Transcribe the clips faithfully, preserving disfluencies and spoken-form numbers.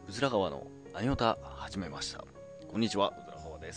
うずら川のアニオタ始めました。こんにちは、うずら川です。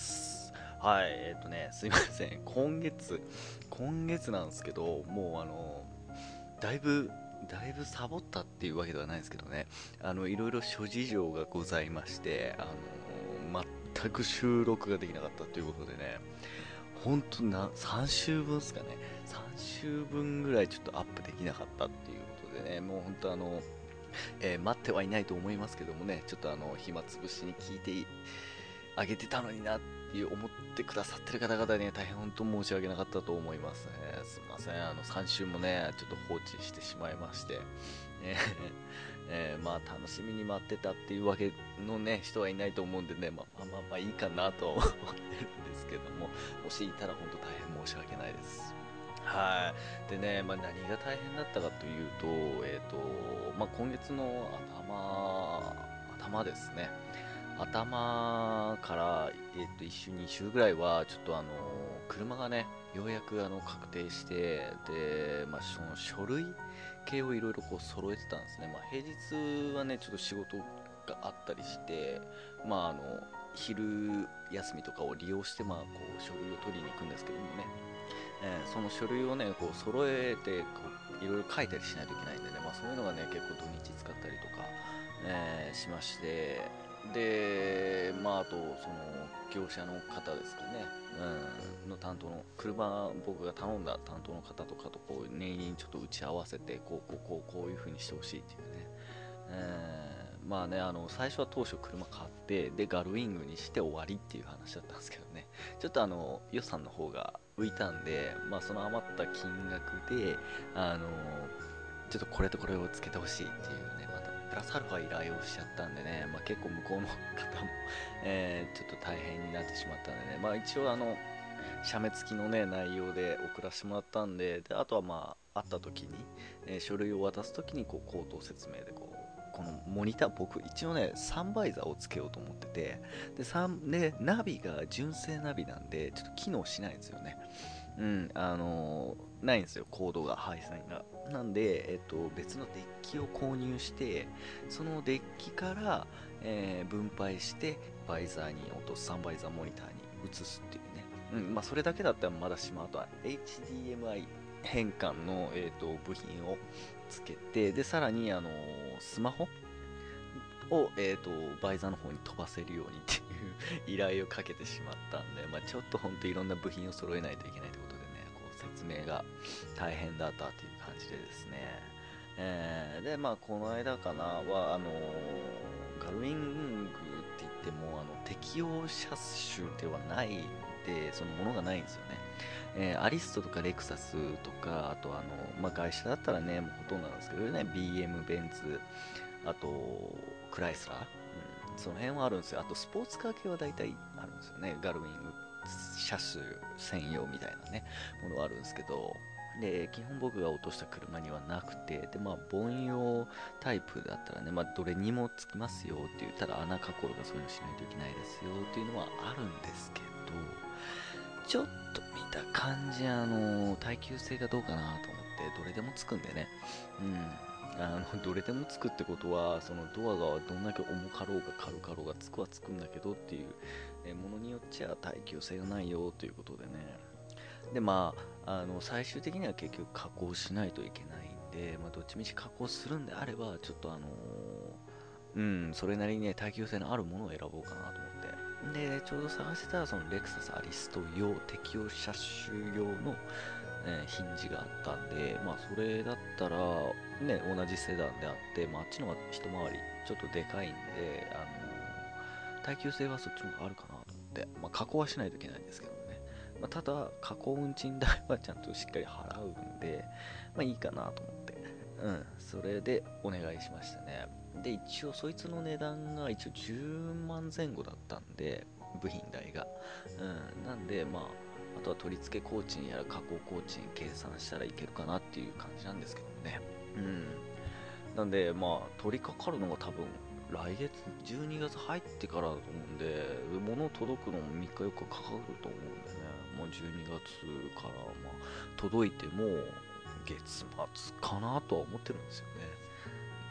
はい、えっ、とね、すいません。今月、今月なんですけど、もうあの、だいぶ、だいぶサボったっていうわけではないんですけどね、あの、いろいろ諸事情がございまして、あの、全く収録ができなかったということでね、ほんとな、さんしゅうぶんですかね、さんしゅうぶんぐらいちょっとアップできなかったっていうことでね、もう本当あの、えー待ってはいないと思いますけどもね、ちょっとあの、暇つぶしに聞いてあげてたのになっていう思ってくださってる方々には大変本当申し訳なかったと思いますね。すみません。あの、さん週もね、ちょっと放置してしまいまして、えーえーまあ楽しみに待ってたっていうわけのね、人はいないと思うんでね、まあまあまあまあいいかなと思ってるんですけども、もしいたら本当大変申し訳ないです。はい。でね、まあ、何が大変だったかというと、えっ、と、まあ、今月の頭、頭ですね。頭から、えっ、と、いっ週、に週ぐらいは、ちょっとあの、車がね、ようやくあの確定して、で、まあ、その書類系をいろいろこう揃えてたんですね。まあ、平日はね、ちょっと仕事があったりして、まあ、あの、昼休みとかを利用して、まあ、こう、書類を取りに行くんですけどもね。えーその書類をね、こう揃えてこういろいろ書いたりしないといけないんでね、まあ、そういうのがね、結構土日使ったりとか、えーしまして、で、まあ、あと、その、業者の方ですかね、うん、の担当の、車、僕が頼んだ担当の方とかと、こう、念入りにちょっと打ち合わせて、こう、こう、こう、こういう風にしてほしいっていうね、えーまあね、あの、最初は当初車買って、で、ガルウィングにして終わりっていう話だったんですけどね、ちょっとあの、予算の方が浮いたんで、まあその余った金額で、あの、ちょっとこれとこれをつけてほしいっていうね、またプラスアルファ依頼をしちゃったんでね、まあ結構向こうの方も、えーちょっと大変になってしまったんでね、まあ一応あの、写メ付きのね、内容で送らせてもらったんで、であとはまあ、会った時に、えー書類を渡す時に、こう、口頭説明でこう、このモニター、僕一応ね、サンバイザーをつけようと思ってて、で、さんで、ナビが純正ナビなんで、ちょっと機能しないんですよね。うん、あのーないんですよ、コードが、配線が。なんで、えっと、別のデッキを購入して、そのデッキから、えー分配して、バイザーに落とす、サンバイザーモニターに移すっていうね。うん、まあ、それだけだったらまだしも、あとは エイチディーエムアイ 変換の、えー、と部品をつけて、で、さらに、あのースマホを、えー、とバイザーの方に飛ばせるようにっていう依頼をかけてしまったんで、まあ、ちょっと本当いろんな部品を揃えないといけないということでね、こう説明が大変だったという感じでですね、えーで、まあ、この間かなは、あのーガルウィングって言っても、あの適用車種ではないんで、そのものがないんですよね。えーアリストとかレクサスとか、あとあの、まあ、外車だったらね、もうほとんどなんですけどね、ビーエム、ベンツ、あと、クライスラー、うん、その辺はあるんですよ。あと、スポーツカー系は大体あるんですよね。ガルウィング車種専用みたいなね、ものはあるんですけど、で、基本僕が落とした車にはなくて、で、まあ、凡用タイプだったらね、まあ、どれにもつきますよって言ったら穴加工とかそういうのしないといけないですよっていうのはあるんですけど、ちょっと見た感じ、あの、耐久性がどうかなと思って、どれでもつくんでね。うん。あの、どれでもつくってことは、そのドアがどんだけ重かろうが軽かろうがつくはつくんだけどっていう、えものによっちゃ耐久性がないよということでね。で、まあ、あの、最終的には結局加工しないといけないんで、まあ、どっちみち加工するんであれば、ちょっとあのうん、それなりにね、耐久性のあるものを選ぼうかなと思って。で、ちょうど探してたら、そのレクサスアリスト用、適用車種用の、えーヒンジがあったんで、まあ、それだったら、ね、同じセダンであって、まあ、あっちの方が一回りちょっとでかいんで、あのー耐久性はそっちの方があるかなと思って、まあ、加工はしないといけないんですけどね。まあ、ただ、加工運賃代はちゃんとしっかり払うんで、まあいいかなと思って、うん、それでお願いしましたね。で、一応そいつの値段が一応じゅうまん前後だったんで、部品代が。うん、なんで、まあ、あとは取り付け工賃やら加工工賃計算したらいけるかなっていう感じなんですけどもね。うん。なんで、まあ、取り掛かるのが多分、来月、じゅうにがつ入ってからだと思うんで、物届くのもみっかよっかかかると思うんでね、もうじゅうにがつから、まあ、届いても月末かなとは思ってるんですよね。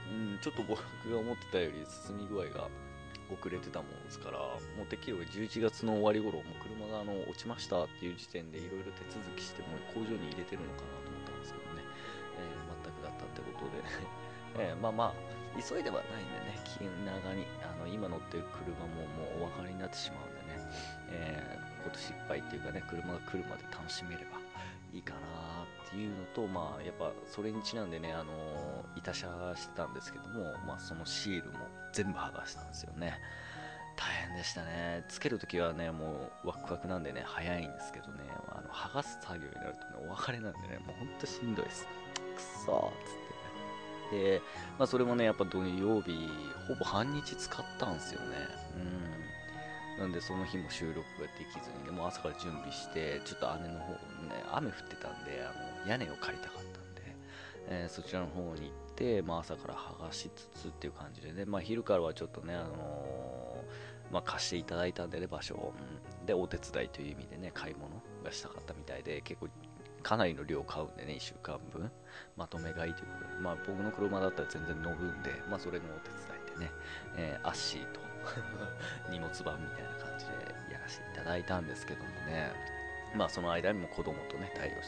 うん、ちょっと僕が思ってたより進み具合が遅れてたもんですから、もうてっきり俺じゅういちがつの終わり頃、もう車があの落ちましたっていう時点でいろいろ手続きしてもう工場に入れてるのかなと思ったんですけどね、えー全くだったってことで、えーまあまあ、急いではないんでね、気長に、あの今乗ってる車ももうお分かりになってしまうんでね、えー今年いっぱいっていうかね、車が来るまで楽しめればいいかなっていうのと、まあやっぱそれにちなんでね、あのー、いた車してたんですけども、まあそのシールも全部剥がしたんですよね。大変でしたね。つけるときはね、もうワクワクなんでね、早いんですけどね、あの剥がす作業になるとね、お別れなんでね、もうほんとしんどいです。くそーっつって。で、まあそれもね、やっぱ土曜日、ほぼ半日使ったんですよね。うん。なんでその日も収録ができずにね、もう朝から準備して、ちょっと姉の方ね、雨降ってたんで、あの屋根を借りたかったんで、えーそちらの方に行って、まあ、朝から剥がしつつっていう感じでね、まあ、昼からはちょっとね、あのーまあ、貸していただいたんでね、場所を、うん、で、お手伝いという意味でね、買い物がしたかったみたいで、結構かなりの量買うんでね、いっしゅうかんぶん、まとめ買いということで、まあ、僕の車だったら全然乗るんで、まあ、それのお手伝いでね、えーアッシーと荷物版みたいな感じでやらせていただいたんですけどもね、まあ、その間にも子供とね、対応して、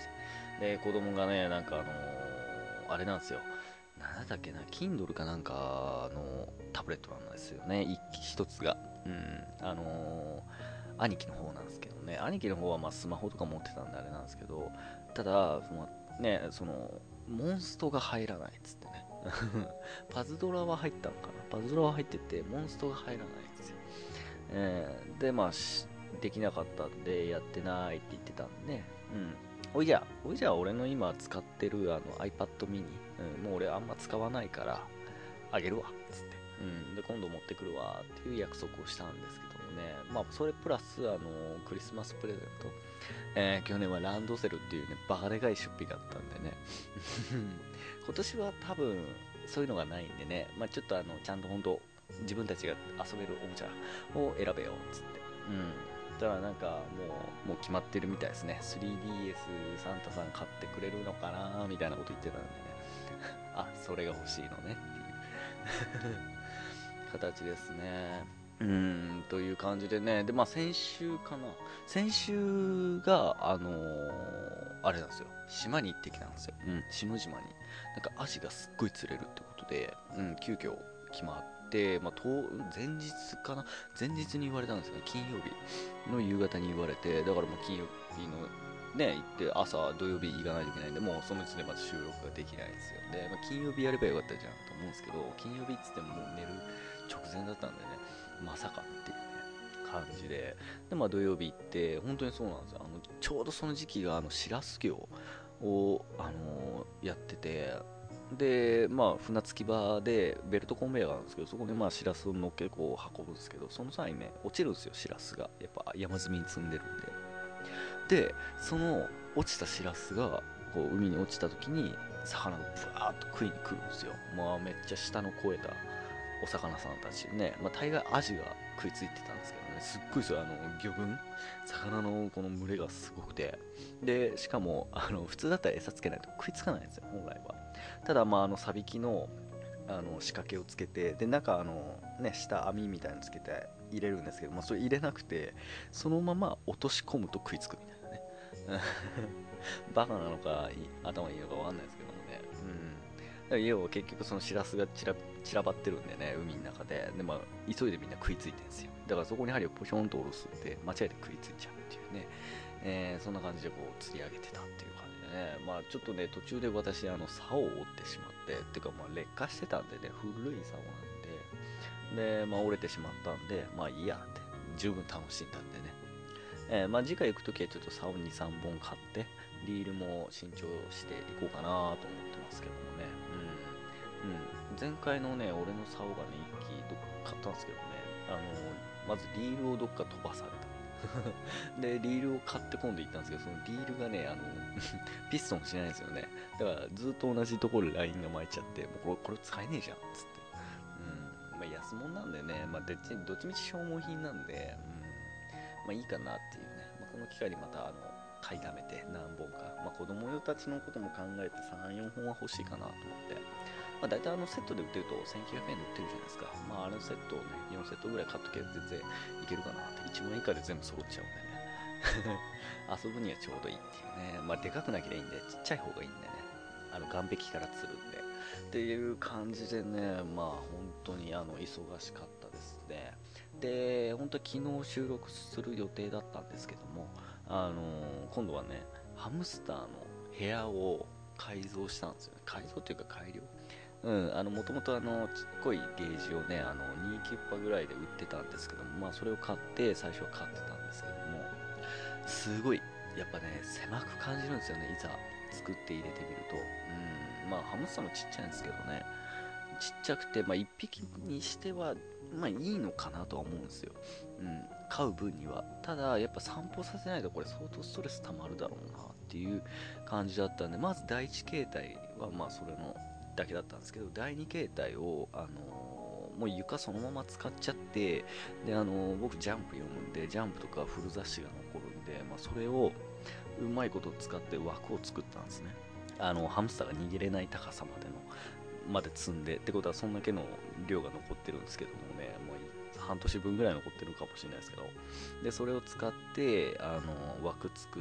で、子供がね、なんかあのーあれなんですよ、なんだっけな、Kindle かなんかのタブレットなんですよね、一一つが。うん、あのー兄貴の方なんですけどね、兄貴の方はまあスマホとか持ってたんであれなんですけど、ただ、そのね、その、モンストが入らないっつってね。パズドラは入ったのかな、パズドラは入ってて、モンストが入らないんですよ。えーで、まあ、できなかったんで、やってないって言ってたんでね。うん。おいじゃ、おいじゃ俺の今使ってるあの iPad mini、うん、もう俺あんま使わないから、あげるわ、つって。うん。で、今度持ってくるわ、っていう約束をしたんですけどもね。まあ、それプラス、あの、クリスマスプレゼント。えー去年はランドセルっていうね、バカでかい出費があったんでね。今年は多分、そういうのがないんでね、まあ、ちょっとあの、ちゃんと本当自分たちが遊べるおもちゃを選べよう、つって。うん。だからなんかもう、もう決まってるみたいですね。スリーディーエス サンタさん買ってくれるのかなみたいなこと言ってたんでね。あ、それが欲しいのねっていう形ですね。うーん、という感じでね。で、まあ先週かな。先週が、あのーあれなんですよ。島に行ってきたんですよ。うん、篠島に。なんか足がすっごい釣れるってことで、うん、急遽決まって、まあ、当前日かな、前日に言われたんですよね。金曜日の夕方に言われて、だからもう金曜日のね、行って朝土曜日行かないといけないんで、もうその時点でまず収録ができないんですよ。で、まあ、金曜日やればよかったじゃんと思うんですけど、金曜日っつってももう寝る直前だったんでね、まさかっていうね、感じで、で、まあ土曜日行って、本当にそうなんですよ。あの、ちょうどその時期が、あの、シラス漁を、あのーやってて、で、まあ、船着き場でベルトコンベヤーがあるんですけど、そこにまあ、シラスを乗っけてこう運ぶんですけど、その際にね、落ちるんですよ、シラスが。やっぱ山積みに積んでるんで。で、その落ちたシラスが、こう、海に落ちた時に、魚がブワーッと食いに来るんですよ。まあ、めっちゃ舌の肥えたお魚さんたちね、まあ、大概アジが食いついてたんですけどね、すっごいですよ、あの魚群、魚のこの群れがすごくて、でしかもあの普通だったら餌つけないと食いつかないんですよ、本来は。ただ、まあ、あのサビキのあの仕掛けをつけて、で中あの、ね、下網みたいにつけて入れるんですけど、まあ、それ入れなくて、そのまま落とし込むと食いつくみたいなね。バカなのか頭いいのかわかんないですけどもね。うん。だから要は結局そのシラスが散ら散らばってるんでね、海の中で。で、まあ、急いでみんな食いついてるんですよ。だからそこに針をポションと下ろすんで、間違えて食いついちゃうっていうね。えーそんな感じでこう釣り上げてたっていう感じでね。まあちょっとね、途中で私、あの、竿を折ってしまって、っていうかまあ劣化してたんでね、古い竿なんで、で、まあ折れてしまったんで、まあいいやって、十分楽しんだんでね。えーまあ、次回行くときはちょっと竿に、さんぼん買って、リールも新調していこうかなと思ってますけどもね。うん。うん。前回のね、俺の竿がね、一機どっか買ったんですけどね、あのまずリールをどっか飛ばされた。で、リールを買って今度行ったんですけど、そのリールがね、あのピストンしないんですよね。だからずっと同じところでラインが巻いちゃって、もうこれ、これ使えねえじゃん、つって。うん。まあ、安物なんでね、まあ、どっちどっちみち消耗品なんで、うん。まあいいかなっていうね、まあ、この機会にまたあの買いだめて何本か、まあ、子供たちのことも考えてさん、よんほんは欲しいかなと思って、 まあ、大体あのセットで売ってるとせんきゅうひゃくえんで売ってるじゃないですか。まあ、あれのセットをね、よんセットぐらい買っとけば全然いけるかなって。いちまん円以下で全部揃っちゃうんでね。遊ぶにはちょうどいいっていうね。まあ、でかくなきゃいいんで、ちっちゃい方がいいんでね。あの、岸壁から釣るんで。っていう感じでね、まあ、本当にあの、忙しかったですね。で、本当は昨日収録する予定だったんですけども、あのー今度はね、ハムスターの部屋を改造したんですよね。改造というか改良。うん、あの、もともとあの、ちっこいゲージをね、あの、にキュッパぐらいで売ってたんですけども、まあ、それを買って、最初は買ってたんですけども、すごい、やっぱね、狭く感じるんですよね、いざ作って入れてみると。うん、まあ、ハムスターもちっちゃいんですけどね、ちっちゃくて、まあ、いっぴきにしては、まあ、いいのかなとは思うんですよ。うん、飼う分には。ただ、やっぱ散歩させないと、これ相当ストレス溜まるだろうなっていう感じだったんで、まず第一形態は、まあ、それのだけだったんですけど、だいに形態を、あのーもう床そのまま使っちゃって、で、あのー僕、ジャンプ読むんで、ジャンプとか古雑誌が残るんで、まあ、それをうまいこと使って枠を作ったんですね。あのハムスターが逃げれない高さまでのまで積んでってことはそんだけの量が残ってるんですけどもね、もう半年分ぐらい残ってるかもしれないですけど、でそれを使ってあの枠作って、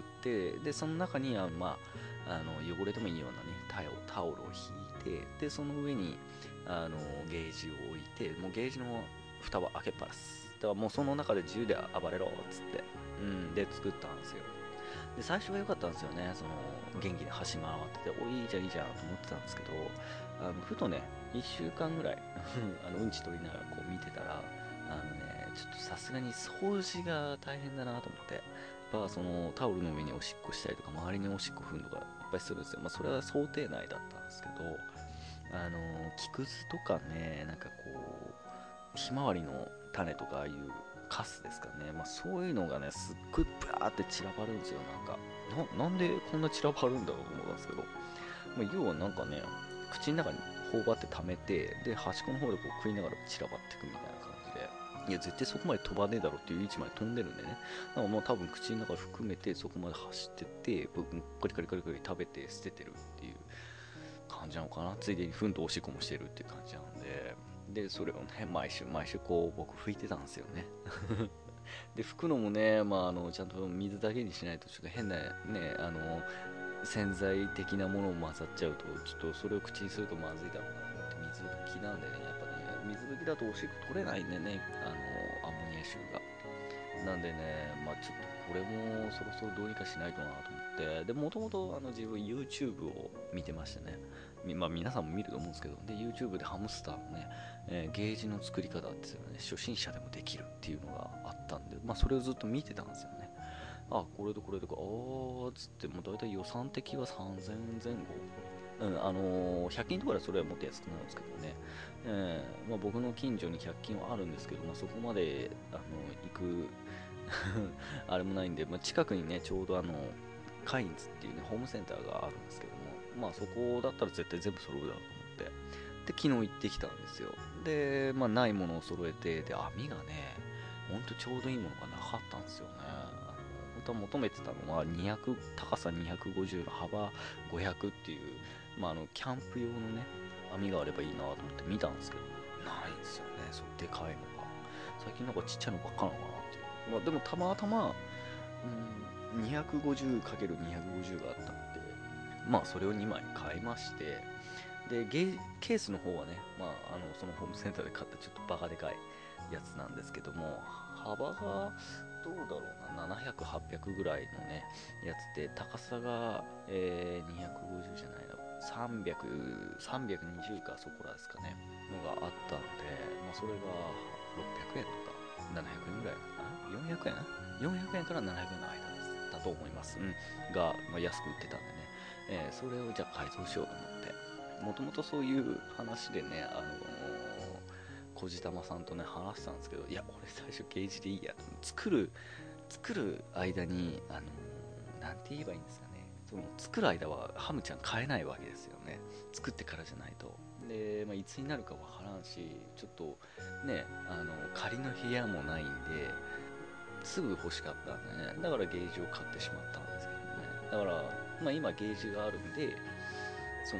でその中にあまああの汚れてもいいようなねタオタオルを引いて、でその上にあのゲージを置いて、もうゲージの蓋は開けっぱなし、だからもうその中で自由で暴れろっつって、うんで作ったんですよ。で最初は良かったんですよね、その元気に走り回ってて、おいいじゃんいいじゃんと思ってたんですけど、あのふとね、いっしゅうかんぐらいあのうんち取りながらこう見てたら、あのね、ちょっとさすがに掃除が大変だなと思って、やっぱそのタオルの上におしっこしたりとか、周りにおしっこ踏んとかいっぱいするんですよ。まあ、それは想定内だったんですけど、あの木くずとかね、なんかこう、ひまわりの種とか、ああいうカスですかね、まあ、そういうのがね、すっごいブワーって散らばるんですよ、なんか。ななんでこんな散らばるんだろうと思ったんですけど、まあ、要はなんかね、口の中に頬張って溜めて、で、端っこの方でこう食いながら散らばっていくみたいな感じで、いや、絶対そこまで飛ばねえだろっていう位置まで飛んでるんでね。だからもう多分口の中含めてそこまで走ってって、僕、カリカリカリカリ食べて捨ててるっていう感じなのかな。ついでに糞とおしっこもしてるっていう感じなんで、で、それをね、毎週毎週こう、僕拭いてたんですよね。で、拭くのもね、まあ、あの、ちゃんと水だけにしないと、ちょっと変なね、あの、洗剤的なものも混ざっちゃうと、ちょっとそれを口にするとまずいだろうなと思って、水拭きなんでね、やっぱね、水拭きだとおしっこ取れないんでね、あの、アンモニア臭が。なんでね、まあちょっとこれもそろそろどうにかしないとなと思って、で、もともとあの自分 YouTube を見てましてね、まあ皆さんも見ると思うんですけど、で、YouTube でハムスターのね、えーゲージの作り方っていうのね、初心者でもできるっていうのがあったんで、まあそれをずっと見てたんですよね。あ、これとこれとか、あーっつって、もう大体予算的はさんぜんえん前後。うん、あのー、ひゃく均とかでそれはもっと安くなるんですけどね、えーまあ、僕の近所にひゃく均はあるんですけど、まあ、そこまで、あの行くあれもないんで、まあ、近くにね、ちょうどあの、カインズっていうね、ホームセンターがあるんですけども、まあそこだったら絶対全部揃うだろうと思って、で、昨日行ってきたんですよ。で、まあないものを揃えて、で、網がね、ほんとちょうどいいものがなかったんですよね。あの本当は求めてたのはにひゃく、高さにひゃくごじゅうの幅ごひゃくっていう、まああの、キャンプ用のね、網があればいいなと思って見たんですけど、ないんですよね、そう、でかいのが。最近なんかちっちゃいのばっかなのかなっていう。まあでもたまたま、うん、にひゃくごじゅうかけるにひゃくごじゅう があったので、まあそれをにまい買いまして、で、ゲーケースの方はね、まあ、あのそのホームセンターで買ったちょっとバカでかいやつなんですけども、幅がどうだろうな、ななひゃく、はっぴゃくぐらいのね、やつで、高さが、えーにひゃくごじゅうじゃないな、さんびゃく、さんびゃくにじゅうかそこらですかね、のがあったんで、まあ、それがろっぴゃくえんとかななひゃくえんぐらいかな、よんひゃくえん ?よんひゃく 円からななひゃくえんの間だと思います。うん。が、まあ、安く売ってたんでね、えーそれをじゃあ改造しようと思って、もともとそういう話でね、あのー、小じたまさんとね、話したんですけど、いや、俺最初ゲージでいいやと。作る、作る間に、あのー、なんて言えばいいんですかね。その、作る間はハムちゃん買えないわけですよね。作ってからじゃないと。で、まあ、いつになるかわからんし、ちょっと、ね、あの、仮の部屋もないんで、すぐ欲しかったんでね。だからゲージを買ってしまったんですけどね。だから、まあ今ゲージがあるんで、その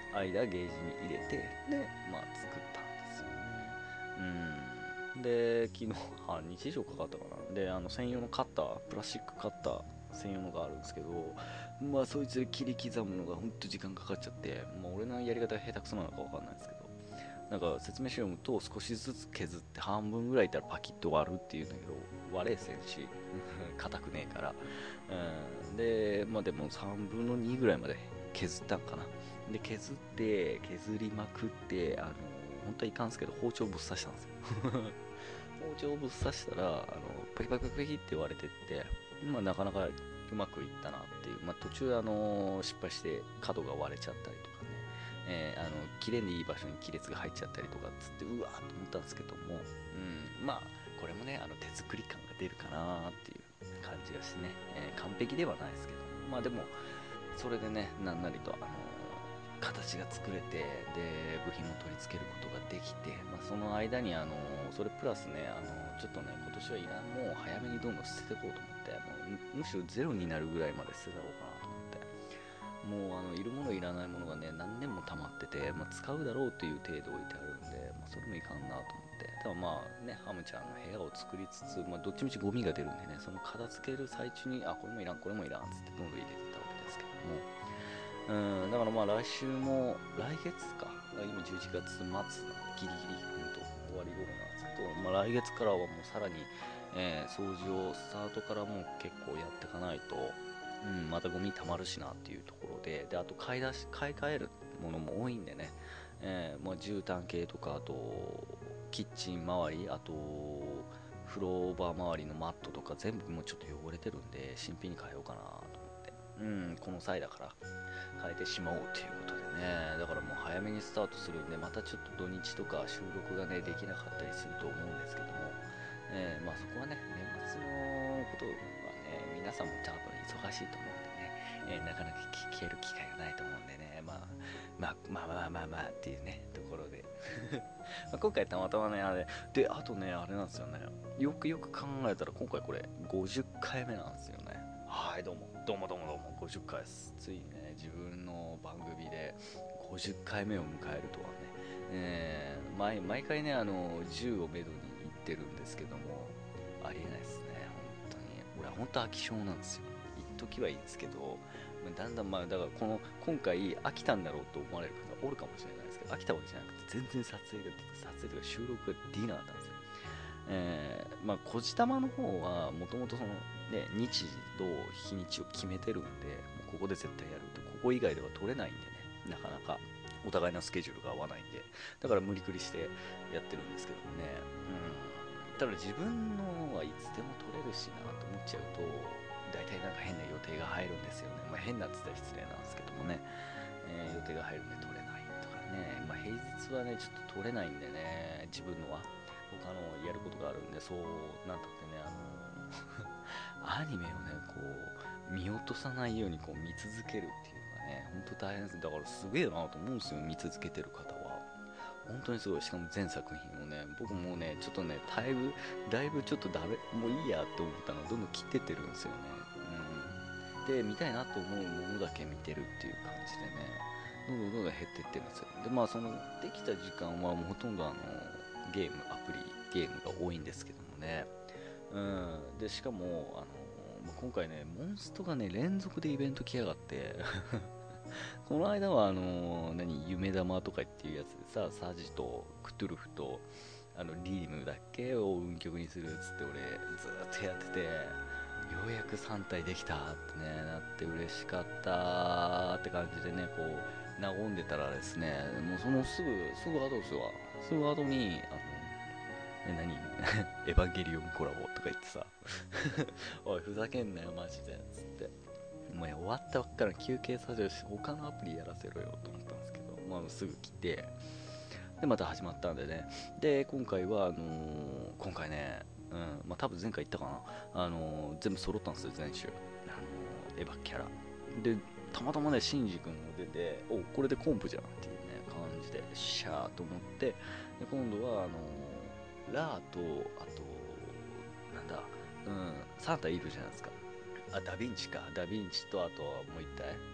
間ゲージに入れて、でまあ作ったんですよね。うんで昨日半日以上かかったかな。であの専用のカッター、プラスチックカッター専用のがあるんですけど、まあそいつで切り刻むのがほんと時間かかっちゃって、まあ、俺のやり方が下手くそなのかわかんないですけど、なんか説明書読むと少しずつ削って半分ぐらいいったらパキッと割るっていうんだけど、割れせんし硬くねえから、うん、でまあでもさんぶんのにぐらいまで削ったんかな。で削って削りまくって、あの本当はいかんすけど包丁ぶっ刺したんですよ包丁ぶっ刺したら、あのパキパキパキパキって割れてって、まあ、なかなかうまくいったなっていう、まあ、途中、あの失敗して角が割れちゃったりとかね、えーあの切れんでいい場所に亀裂が入っちゃったりとかっつってうわーと思ったんですけども、うん、まあこれもね、あの手作り感が出るかなっていう感じがしてね、えー完璧ではないですけど、まあでもそれでね、なんなりと、あの形が作れて、で部品も取り付けることができて、まあ、その間に、あのそれプラスね、あのちょっとね、今年はいらんもう早めにどんどん捨てていこうと思って、もうむむしろゼロになるぐらいまで捨てたろうかなと思って、もうあのいるものいらないものがね、何年も溜まってて、まあ、使うだろうという程度置いてあるんで、まあ、それもいかんなと思って、ただまあね、ハムちゃんの部屋を作りつつ、まあ、どっちみちゴミが出るんでね、その片付ける最中に、あ、これもいらんこれもいらんっつってどんどん入れてたわけですけども、うん、だからまあ来週も、来月か、今じゅういちがつ末なんで、ギリギリ、ほんと終わり頃なんですけど、まあ、来月からはもうさらに、えー掃除をスタートからもう結構やっていかないと、うん、またゴミ溜まるしなっていうところで、であと買い出し、買い替えるものも多いんでね、えーまあ、絨毯系とか、あとキッチン周り、あとフローバー周りのマットとか全部もうちょっと汚れてるんで、新品に変えようかなと思って、うん、この際だから変えてしまおうということでね、だからもう早めにスタートするんで、またちょっと土日とか収録がね、できなかったりすると思うんですけども、えーまあそこはね、年末のことはね、皆さんも多分忙しいと思うんでね、えーなかなか聞ける機会がないと思うんでね、まあ、まあまあまあまあまあっていうね、ところでまあ今回たまたまね、あれ、で、あとね、あれなんですよね、よくよく考えたら今回これごじゅっかいめなんですよね。はい、どうも、どうもどうもどうも、ごじゅっかいです。ついにね、自分の番組でごじゅっかいめを迎えるとはね、えー毎毎回ね、あの、じゅうをめどに言ってるんですけども、ありえないですね、本当に。俺は本当飽き性なんですよ。一時はいいですけど、だんだん、まあ、だからこの、今回飽きたんだろうと思われる方おるかもしれないですけど、飽きたわけじゃなくて、全然撮影が、撮影とか収録ができなかったんですよ。えー、まあ、こじたまの方は、もともとその、ね、日と日にちを決めてるんで、もうここで絶対やると、ここ以外では取れないんでね、なかなかお互いのスケジュールが合わないんで、だから無理くりしてやってるんですけどもね、うん、ただ自分のはいつでも取れるしなと思っちゃうと、大体なんか変な予定が入るんですよね。まあ、変なって言ったら失礼なんですけどもね、えー予定が入るんで取れないとかね、まあ、平日はね、ちょっと取れないんでね、自分のは。他のやることがあるんで、そうなんたってね、あのアニメをね、こう見落とさないようにこう見続けるっていうのがね、本当大変です。だからすげえなと思うんですよ、見続けてる方は。本当にすごい。しかも全作品をね、僕もうね、ちょっとね、だいぶ、だいぶちょっとダメ、もういいやって思ったのをどんどん切ってってるんですよね。うん。で、見たいなと思うものだけ見てるっていう感じでね、どんどんどんどん減ってってるんですよ。で、まあ、その、できた時間はもうほとんどあの、ゲーム、アプリ、ゲームが多いんですけどもね。うん。で、しかも、あの、まあ今回ね、モンストがね、連続でイベント来やがってこの間はあのー何、夢玉とかっていうやつでさ、サジとクトゥルフとあのリームだけを運曲にするっつって俺ずーっとやってて、ようやくさん体できたってね、なって嬉しかったーって感じでね、こう、和んでたらですね、もうそのすぐ、すぐ後ですわ。すぐ後に、あの、え、何エヴァンゲリオンコラボとか言ってさ、おい、ふざけんなよ、マジで、つって。もう終わったばっかり休憩させるし、他のアプリやらせろよと思ったんですけど、まあ、すぐ来て、で、また始まったんでね。で、今回は、あのー今回ね、うん、まあ、多分前回言ったかな、あのー全部揃ったんですよ、全種。あのーエヴァキャラ。で、たまたまね、シンジ君も出て、お、これでコンプじゃんっていうね、感じで、シャーと思って、で、今度は、あのーラーと、あと、なんだ、うん、サンタいるじゃないですか。あ、ダヴィンチか。ダヴィンチと、あとはもう一体。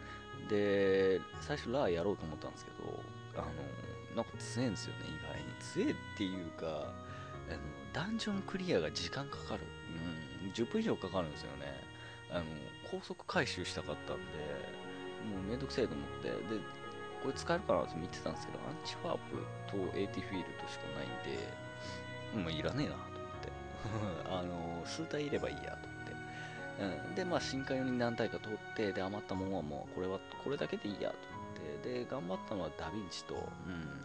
で、最初ラーやろうと思ったんですけど、あの、なんか強いんですよね、意外に。強いっていうか、あの、ダンジョンクリアが時間かかる。うん、じゅっぷん以上かかるんですよね。あの、高速回収したかったんで、もうめんどくせえと思って、で、これ使えるかなって見てたんですけど、アンチファープと エーティフィールドしかないんで、もういらねえなと思って。あの、数体いればいいやと思って。うん、で、まあ、新刊用に何体か取って、で、余ったものはもう、これは、これだけでいいやと思って、で、頑張ったのはダヴィンチと、うん、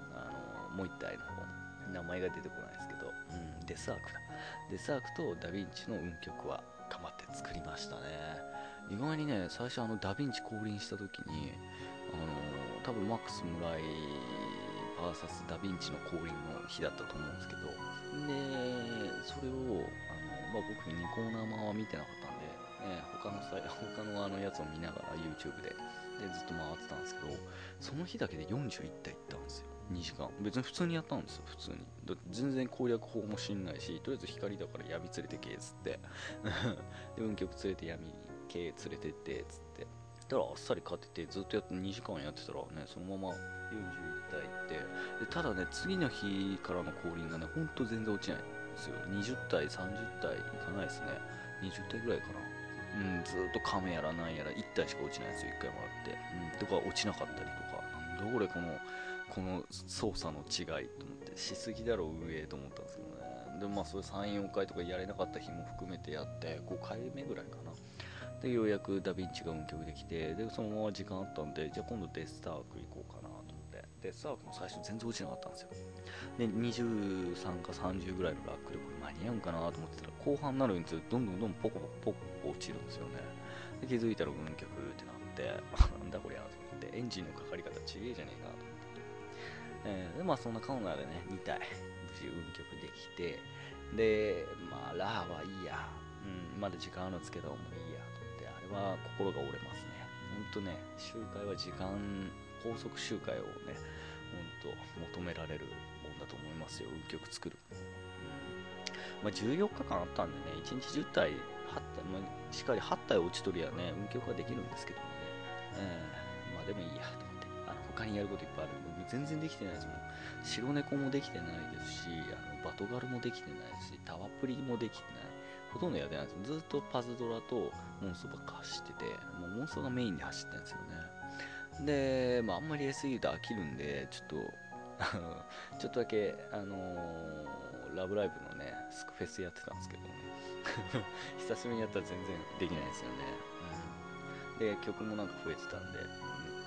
あの、もう一体の方、名前が出てこないですけど、うん、デスアークだ。デスアークとダヴィンチの運曲は頑張って作りましたね。意外にね、最初あのダヴィンチ降臨した時に、あの、多分マックス村井 ブイエス ダヴィンチの降臨の日だったと思うんですけど、で、それを、あの、まあ、僕にコーナーマンは見てなかったんで、えー他のさ他のあのやつを見ながら YouTube ででずっと回ってたんですけど、その日だけでよんじゅういち体いったんですよ。にじかん。別に普通にやったんですよ、普通に。だって全然攻略法も知んないし、とりあえず光だから闇連れてけっつって。で、運極連れて闇系連れてってっつって。だからあっさり勝てて、ずっとやってにじかんやってたらね、そのままよんじゅういち体いって、でただね、次の日からの降臨がね、ほんと全然落ちないんですよ。にじゅう体、さんじゅう体いかないですね。にじゅう体ぐらいかな。うん、ずーっと亀やらなんやらいち体しか落ちないんですよ、いっかいもらって。うん、とか落ちなかったりとか、なんだこれこの、この操作の違いと思って、しすぎだろ上と思ったんですけどね。で、まあそれさん、よんかいとかやれなかった日も含めてやって、ごかいめぐらいかな。で、ようやくダヴィンチが運曲できて、で、そのまま時間あったんで、じゃあ今度デスターク行こうかなと思って。デスタークも最初全然落ちなかったんですよ。で、にじゅうさんかさんじゅうぐらいのラックでこれ間に合うんかなと思ってたら、後半になるにつれてどんどんどんポコポコポコポコ落ちるんですよね。で、気づいたら運曲ってなって、なんだこりゃと思って、エンジンのかかり方ちげえじゃねえかと思って。えー、で、まあそんなカウナーでね、に体無事運曲できて、で、まあラーはいいや。うん、まだ時間あるんですけど、もういいやと思って、あれは心が折れますね。ほんとね、周回は時間、高速周回をね、ほんと求められるもんだと思いますよ、運曲作る。うん。まあじゅうよっかかんあったんでね、いちにちじゅう体、はち体、まあ、しっかりはち体落ちとりはね、運曲はできるんですけどもね。えー、まあでもいいやと思って。あの他にやることいっぱいある。もう全然できてないですもん。白猫もできてないですし、あのバトガルもできてないし、タワプリもできてない。ほとんどやってないです。ずっとパズドラとモンストばっか走ってて、もうモンストがメインで走ってるんですよね。で、まああんまり エスユー で飽きるんで、ちょっと、あの、ちょっとだけ、あのーラブライブのね、スクフェスやってたんですけどね。久しぶりにやったら全然できないですよね。うん、で、曲もなんか増えてたんで、うん、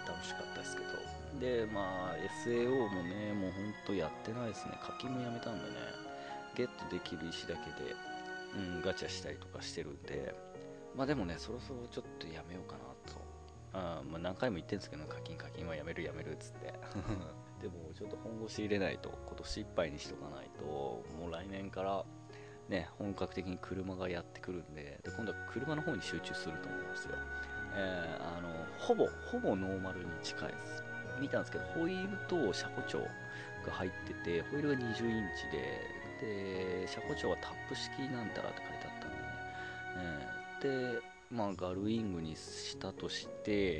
楽しかったですけど。で、まあ、エスエーオー もね、もうほんとやってないですね。課金もやめたんでね、ゲットできる石だけで、うん、ガチャしたりとかしてるんで、まあでもね、そろそろちょっとやめようかなと。あまあ何回も言ってるんですけど、課金課金はやめるやめるっつって。でもちょっと本腰入れないと、今年いっぱいにしとかないと、もう来年からね、本格的に車がやってくるんで、で今度は車の方に集中すると思うんですよ。えー、あの、ほぼ、ほぼノーマルに近いです。見たんですけど、ホイールと車庫帳が入ってて、ホイールがにじゅうインチで、で、車庫帳はタップ式なんたらって書いてあったんでね。えーで、まあ、ガルウィングにしたとして、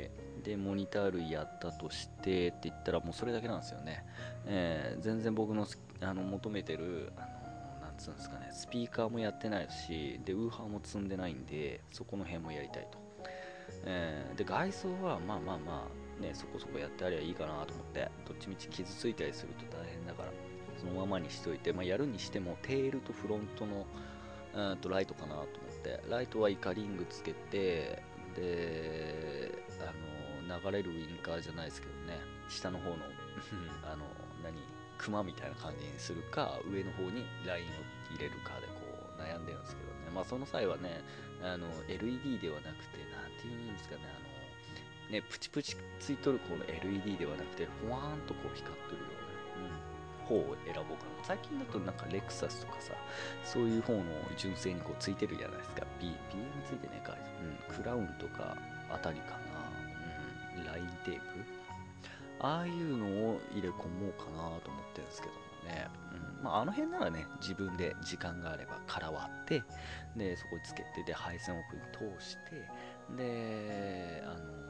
で、モニター類やったとしてって言ったら、もうそれだけなんですよね。えー全然僕のあの求めてる、あのなんつうんですかね、スピーカーもやってないし、で、ウーハーも積んでないんで、そこの辺もやりたいと。えーで、外装はまあまあまあ、ね、そこそこやってありゃいいかなと思って、どっちみち傷ついたりすると大変だから、そのままにしといて、まあ、やるにしても、テールとフロントのうんとライトかなと思って、ライトはイカリングつけて、で、あの、流れるウインカーじゃないですけどね、下の方のあの、何、クマみたいな感じにするか、上の方にラインを入れるかでこう悩んでるんですけどね、まあその際はね、あの、エルイーディー ではなくて、なんていうんですかね、あの、ね、プチプチついとるこの エルイーディー ではなくて、ほわーんとこう光っとるような、うん方を選ぼうかな。最近だとなんかレクサスとかさ、そういう方の純正にこうついてるじゃないですか。B、ビーエム ついてねえか。うん、クラウンとかあたりかな。うん、ラインテープ。ああいうのを入れ込もうかなと思ってるんですけどもね。うん、まああの辺ならね、自分で時間があれば殻割って、で、そこにつけて、で、配線を奥に通して、で、あの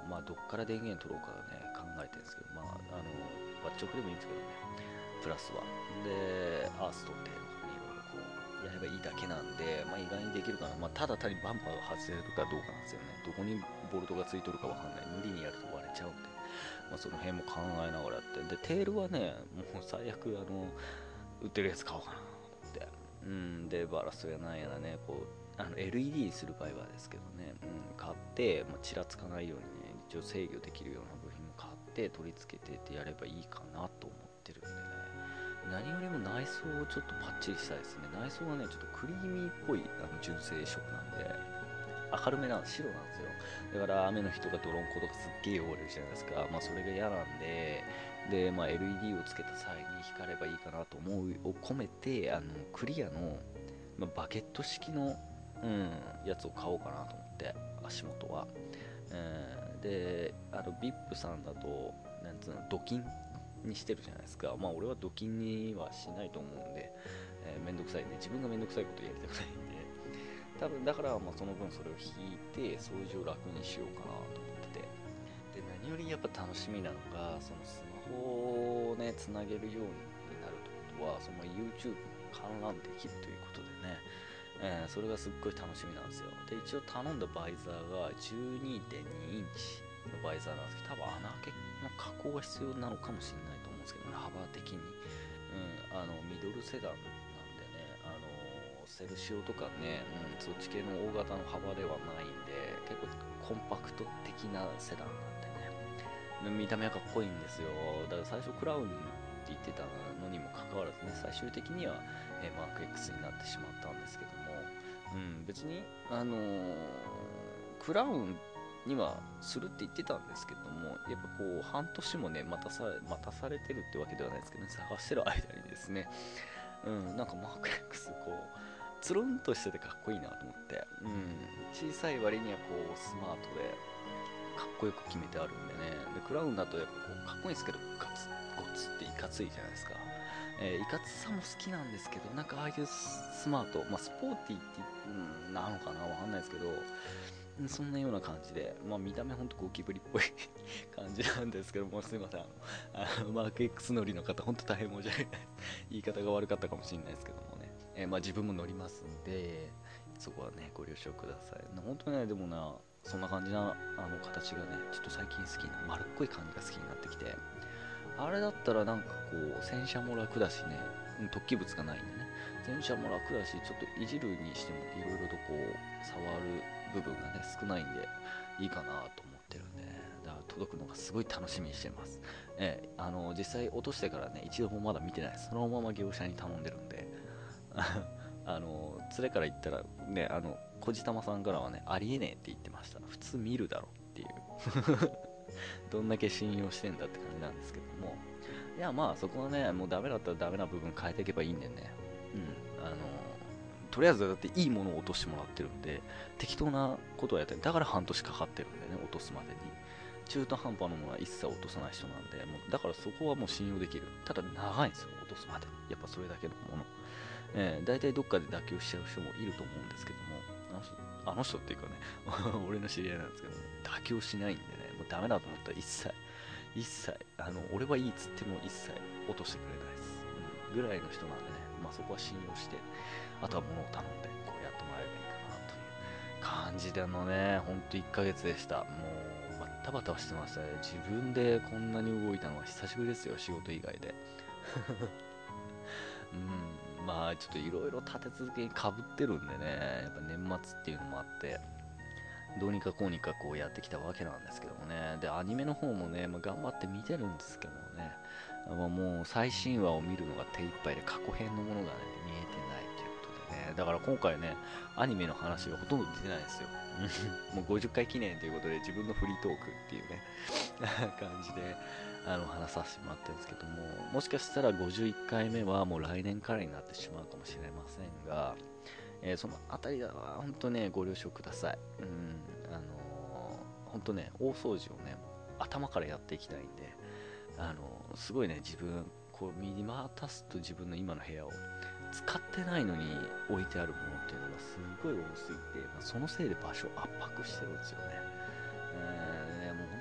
まあどっから電源取ろうかね考えてるんですけど、まああのバッチョクでもいいんですけどね、プラスはでアース取ってとかね、いろいろこうやればいいだけなんで、まあ意外にできるかな。まあただ単にバンパーが外れるかどうかなんですよね。どこにボルトがついとるかわかんない、無理にやると割れちゃうんで、まあその辺も考えながらやって、でテールはね、もう最悪あの売ってるやつ買おうかなと思って、うん、でバラストやなんやらね、こうあの エルイーディー にする場合はですけどね、うん、買って、まあ、ちらつかないようにね、一応制御できるような部品も買って取り付けてってやればいいかなと思ってるんでね、何よりも内装をちょっとパッチリしたいですね。内装がね、ちょっとクリーミーっぽいあの純正色なんで、明るめな白なんですよ。だから雨の日とか泥んことかすっげえ汚れるじゃないですか。まあそれが嫌なんで、で、まあ エルイーディー をつけた際に光ればいいかなと思うを込めて、あのクリアの、まあ、バケット式の、うん、やつを買おうかなと思って、足元は。うん、で、あの ブイアイピー さんだと、なんつうの、ドキンにしてるじゃないですか。まあ俺はドキンにはしないと思うんで、えー、めんどくさいね。自分がめんどくさいことやりたくないんで、多分だからまあその分それを引いて掃除を楽にしようかなと思ってて、で何よりやっぱ楽しみなのが、そのスマホをねつなげるようになるってことは、その YouTube 観覧できるということでね、えーそれがすっごい楽しみなんですよ。で一応頼んだバイザーが じゅうにてんに インチのバイザーなんですけど、多分穴開けの加工が必要なのかもしれないと思うんですけどね、幅的に。うん、あのミドルセダンなんでね、あのセルシオとかね、うん、そっち系の大型の幅ではないんで、結構コンパクト的なセダンなんでね、見た目はかっこいいんですよ。だから最初クラウンって言ってたのにもかかわらずね、最終的には、えーマーク X になってしまったんですけども、うん、別に、あのークラウンにはするって言ってたんですけども、やっぱこう半年もね待たさ待たされてるってわけではないですけどね、探してる間にですね、うん、なんかマーク X こうつるんとしててかっこいいなと思って、うん、小さい割にはこうスマートでかっこよく決めてあるんでね。でクラウンだとやっぱこうかっこいいんですけど、ガツゴツっていかついじゃないですか。えーいかつさも好きなんですけど、なんかああいうスマート、まあ、スポーティーって、うん、なのかな、わかんないですけど、そんなような感じで、まあ、見た目ほんとゴキブリっぽい感じなんですけども、すいません、あの、あのマーク X 乗りの方、ほんと大変申し訳ない。言い方が悪かったかもしれないですけどもね。えーまあ、自分も乗りますんで、そこはね、ご了承ください。本当ね、でもな、そんな感じなあの形がね、ちょっと最近好きな、丸っこい感じが好きになってきて、あれだったらなんかこう、洗車も楽だしね、突起物がないんでね、洗車も楽だし、ちょっといじるにしてもいろいろとこう、触る部分がね、少ないんで、いいかなと思ってるんでね、だから届くのがすごい楽しみにしてます。ええ、あの、実際落としてからね、一度もまだ見てないです。そのまま業者に頼んでるんで、あの、連れから言ったら、ね、あの、小じたまさんからはね、ありえねえって言ってました。普通見るだろっていう。どんだけ信用してんだって感じなんですけども。いや、まあ、そこはね、もうダメだったらダメな部分変えていけばいいんでね。うん。あの、とりあえずだっていいものを落としてもらってるんで、適当なことをやってる。だから半年かかってるんでね、落とすまでに。中途半端なものは一切落とさない人なんで、もうだからそこはもう信用できる。ただ長いんですよ、落とすまで。やっぱそれだけのもの。えー、大体どっかで妥協しちゃう人もいると思うんですけども、あの人、あの人っていうかね、俺の知り合いなんですけど、妥協しないんでね、もうダメだと思ったら一切、一切、あの、俺はいいっつっても一切落としてくれないです。うん、ぐらいの人なんでね、まあそこは信用して、あとは物を頼んで、こうやってもらえばいいかなという感じでのね、ほんといっかげつでした。もう、バッタバタしてましたね。自分でこんなに動いたのは久しぶりですよ、仕事以外で。うん、まあちょっといろいろ立て続けにかぶってるんでね、やっぱ年末っていうのもあって、どうにかこうにかこうやってきたわけなんですけどもね。で、アニメの方もね、まあ、頑張って見てるんですけどもね、まあ、もう最新話を見るのが手一杯で過去編のものがね、見えてないということでね、だから今回ね、アニメの話がほとんど出てないんですよ。もうごじゅっかい記念ということで自分のフリートークっていうね感じであの話させてもらってるんですけども、もしかしたらごじゅういっかいめはもう来年からになってしまうかもしれませんが、えーそのあたりは本当ね、ご了承ください。うん、あのー、本当ね、大掃除をね、頭からやっていきたいんで、あのーすごいね、自分、こう見渡すと自分の今の部屋を使ってないのに置いてあるものっていうのがすごい多すぎて、まあ、そのせいで場所を圧迫してるんですよね。えーね、もう本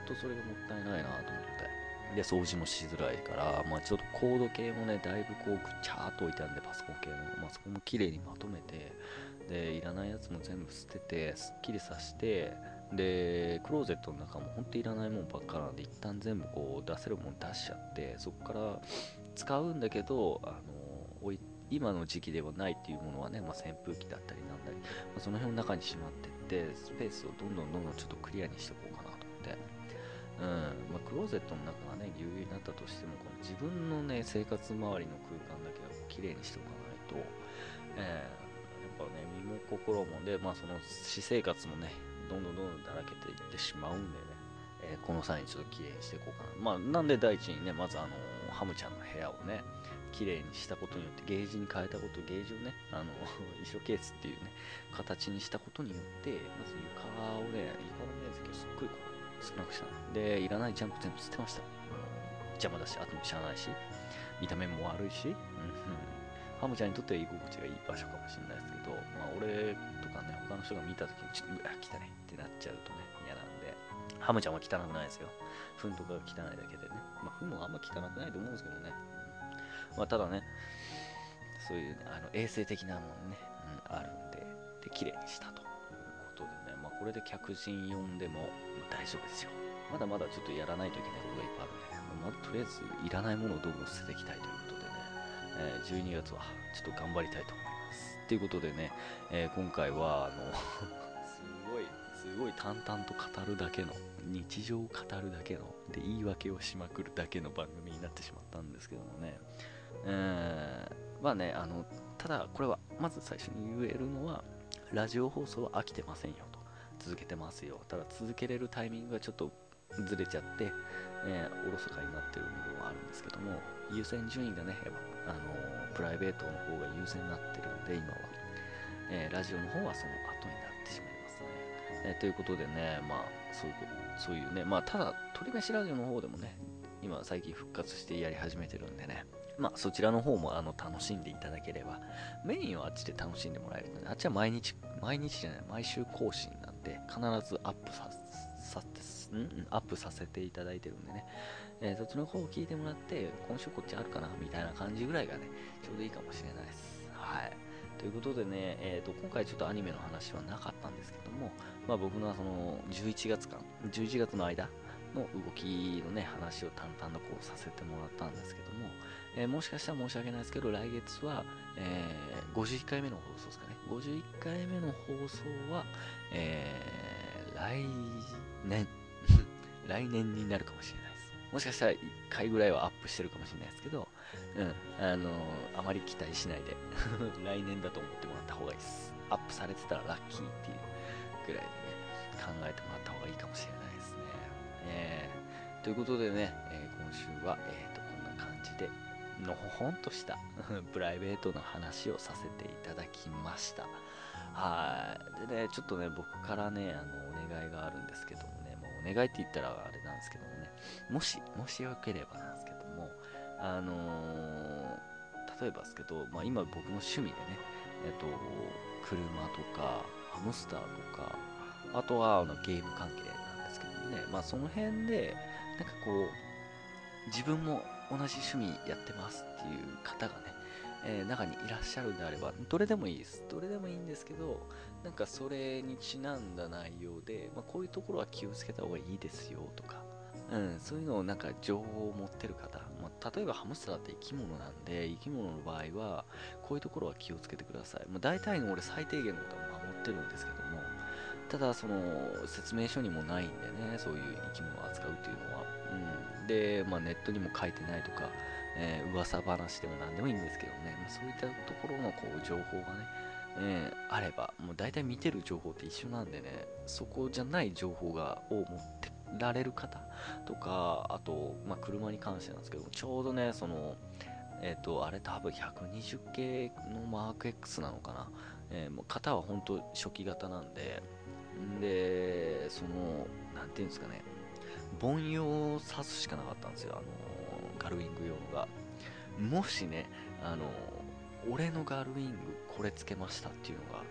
とそれがもったいないなと思って。で、掃除もしづらいから、まあちょっとコード系もね、だいぶこう、ぐちゃーっと置いてあるんで、パソコン系の。まあそこも綺麗にまとめて、で、いらないやつも全部捨てて、すっきりさして、で、クローゼットの中も本当いらないもんばっかなんで、一旦全部こう出せるもん出しちゃって、そこから使うんだけど、あの、置い今の時期ではないっていうものはね、まあ、扇風機だったりなんだり、まあ、その辺の中にしまってって、スペースをどんどんどんどんちょっとクリアにしていこうかなと思って。うんまあ、クローゼットの中がね、ぎゅうぎゅうになったとしても、この自分のね、生活周りの空間だけはきれいにしておかないと、えー、やっぱね、身も心もで、まあ、その私生活もね、どんどんどんどんだらけていってしまうんでね、えーこの際にちょっときれいにしていこうかな。まあ、なんで第一にね、まずあのハムちゃんの部屋をね、綺麗にしたことによって、ゲージに変えたこと、ゲージをね、あの衣装ケースっていうね、形にしたことによって、まず床をね、床の面積をすっごいこう少なくしたの。で、いらないジャンプ全部捨てました。邪魔だし、あとも知らないし、見た目も悪いし、うん、ハムちゃんにとっては居心地がいい場所かもしれないですけど、まあ俺とかね、他の人が見た時にちょっと、うわ、汚いってなっちゃうとね、嫌なんで、ハムちゃんは汚くないですよ。糞とかが汚いだけでね。まあ、糞もあんま汚くないと思うんですけどね。まあ、ただね、そういう、ね、あの衛生的なものね、うん、あるんで、で、綺麗にしたということでね、まあ、これで客人呼んでも、まあ、大丈夫ですよ。まだまだちょっとやらないといけないことがいっぱいあるんで、まあ、まずとりあえずいらないものをどんどん捨てていきたいということでね、えーじゅうにがつはちょっと頑張りたいと思います。ということでね、えー今回は、あのすごい、すごい淡々と語るだけの、日常を語るだけの、で、言い訳をしまくるだけの番組になってしまったんですけどもね、えー、まあね、あの、ただ、これは、まず最初に言えるのは、ラジオ放送は飽きてませんよと。続けてますよ。ただ、続けれるタイミングがちょっとずれちゃって、えーおろそかになってる部分はあるんですけども、優先順位がね、やっぱ、あのープライベートの方が優先になってるんで、今は。えーラジオの方はその後になってしまいますね。えーということでね、まあ、そういうこそういうね、まあ、ただ、鳥飯ラジオの方でもね、今最近復活してやり始めてるんでね、まあ、そちらの方もあの楽しんでいただければ、メインはあっちで楽しんでもらえるので、あっちは毎日、毎日じゃない、毎週更新なんで、必ずアップささんんアップさせていただいてるんでね、えーそっちの方を聞いてもらって、今週こっちあるかなみたいな感じぐらいがね、ちょうどいいかもしれないです。はい。ということでね、えーと、今回ちょっとアニメの話はなかったんですけども、まあ僕のそのじゅういちがつかん、じゅういちがつの間の動きのね、話を淡々とこうさせてもらったんですけども、えーもしかしたら申し訳ないですけど、来月は、えーごじゅういっかいめの放送ですかね。ごじゅういっかいめの放送は、えー来年、来年になるかもしれないです。もしかしたらいっかいぐらいはアップしてるかもしれないですけど、うん、あのーあまり期待しないで来年だと思ってもらった方がいいです。アップされてたらラッキーっていうぐらいでね、考えてもらった方がいいかもしれないですね。えー、ということでね、えー今週は、えーと、こんな感じで、のほほんとしたプライベートな話をさせていただきました。はい。でね、ちょっとね、僕からね、あの、お願いがあるんですけどもね、もうお願いって言ったらあれなんですけどもね、もし、もしよければなんですけども、あのー例えばですけど、まあ、今僕の趣味でね、えっと、車とか、ハムスターとか、あとはあのゲーム関係なんですけどもね、まあその辺で、なんかこう、自分も同じ趣味やってますっていう方がね、えー中にいらっしゃるんであれば、どれでもいいです。どれでもいいんですけど、なんかそれにちなんだ内容で、まあ、こういうところは気をつけた方がいいですよとか、うん、そういうのをなんか情報を持ってる方、まあ、例えばハムスターって生き物なんで、生き物の場合は、こういうところは気をつけてください。まあ、大体の俺最低限のことは守ってるんですけども、ただその説明書にもないんでね、そういう生き物を扱うっていうのは、うん、で、まあ、ネットにも書いてないとか、えー噂話でも何でもいいんですけどね、まあ、そういったところのこう情報がね、えーあれば、もう大体見てる情報って一緒なんでね、そこじゃない情報がを持ってられる方とか、あと、まあ、車に関してなんですけど、ちょうどね、その、えっ、と、あれ多分ひゃくにじゅう系のマーク X なのかな。えーもう型は本当初期型なんで、んで、その、なんていうんですかね、凡庸を刺すしかなかったんですよ、あのガルウィング用のが。もしね、あの俺のガルウィングこれつけましたっていうのが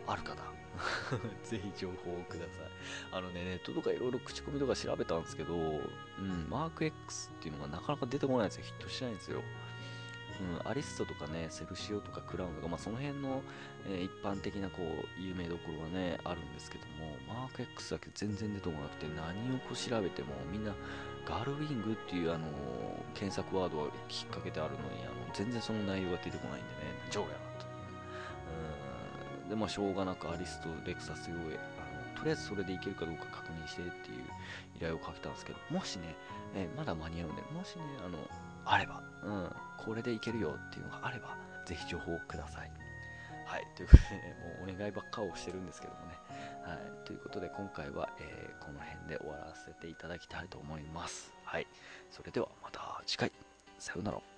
ある方ぜひ情報をください。あのね、ネットとかいろいろ口コミとか調べたんですけど、うん、マーク X っていうのがなかなか出てこないんですよ。ヒットしないんですよ。うん、アリストとかね、セルシオとかクラウンとか、まあ、その辺の、えー一般的なこう有名どころはね、あるんですけども、マーク X だけ全然出てこなくて、何をこう調べても、みんなガールウィングっていう、あのー検索ワードがきっかけであるのに、あの全然その内容が出てこないんでね、ジョーやなと。うんで、まあ、しょうがなくアリスト、レクサス用へ、あのとりあえずそれでいけるかどうか確認してっていう依頼をかけたんですけど、もしね、えーまだ間に合うんで、もしね、あの、あれば、うん、これでいけるよっていうのがあれば、ぜひ情報をください。はい、ということで、ね、もうお願いばっかをしてるんですけどもね。はい、ということで、今回は、えーこの辺で終わらせていただきたいと思います。はい、それではまた次回、さようなら。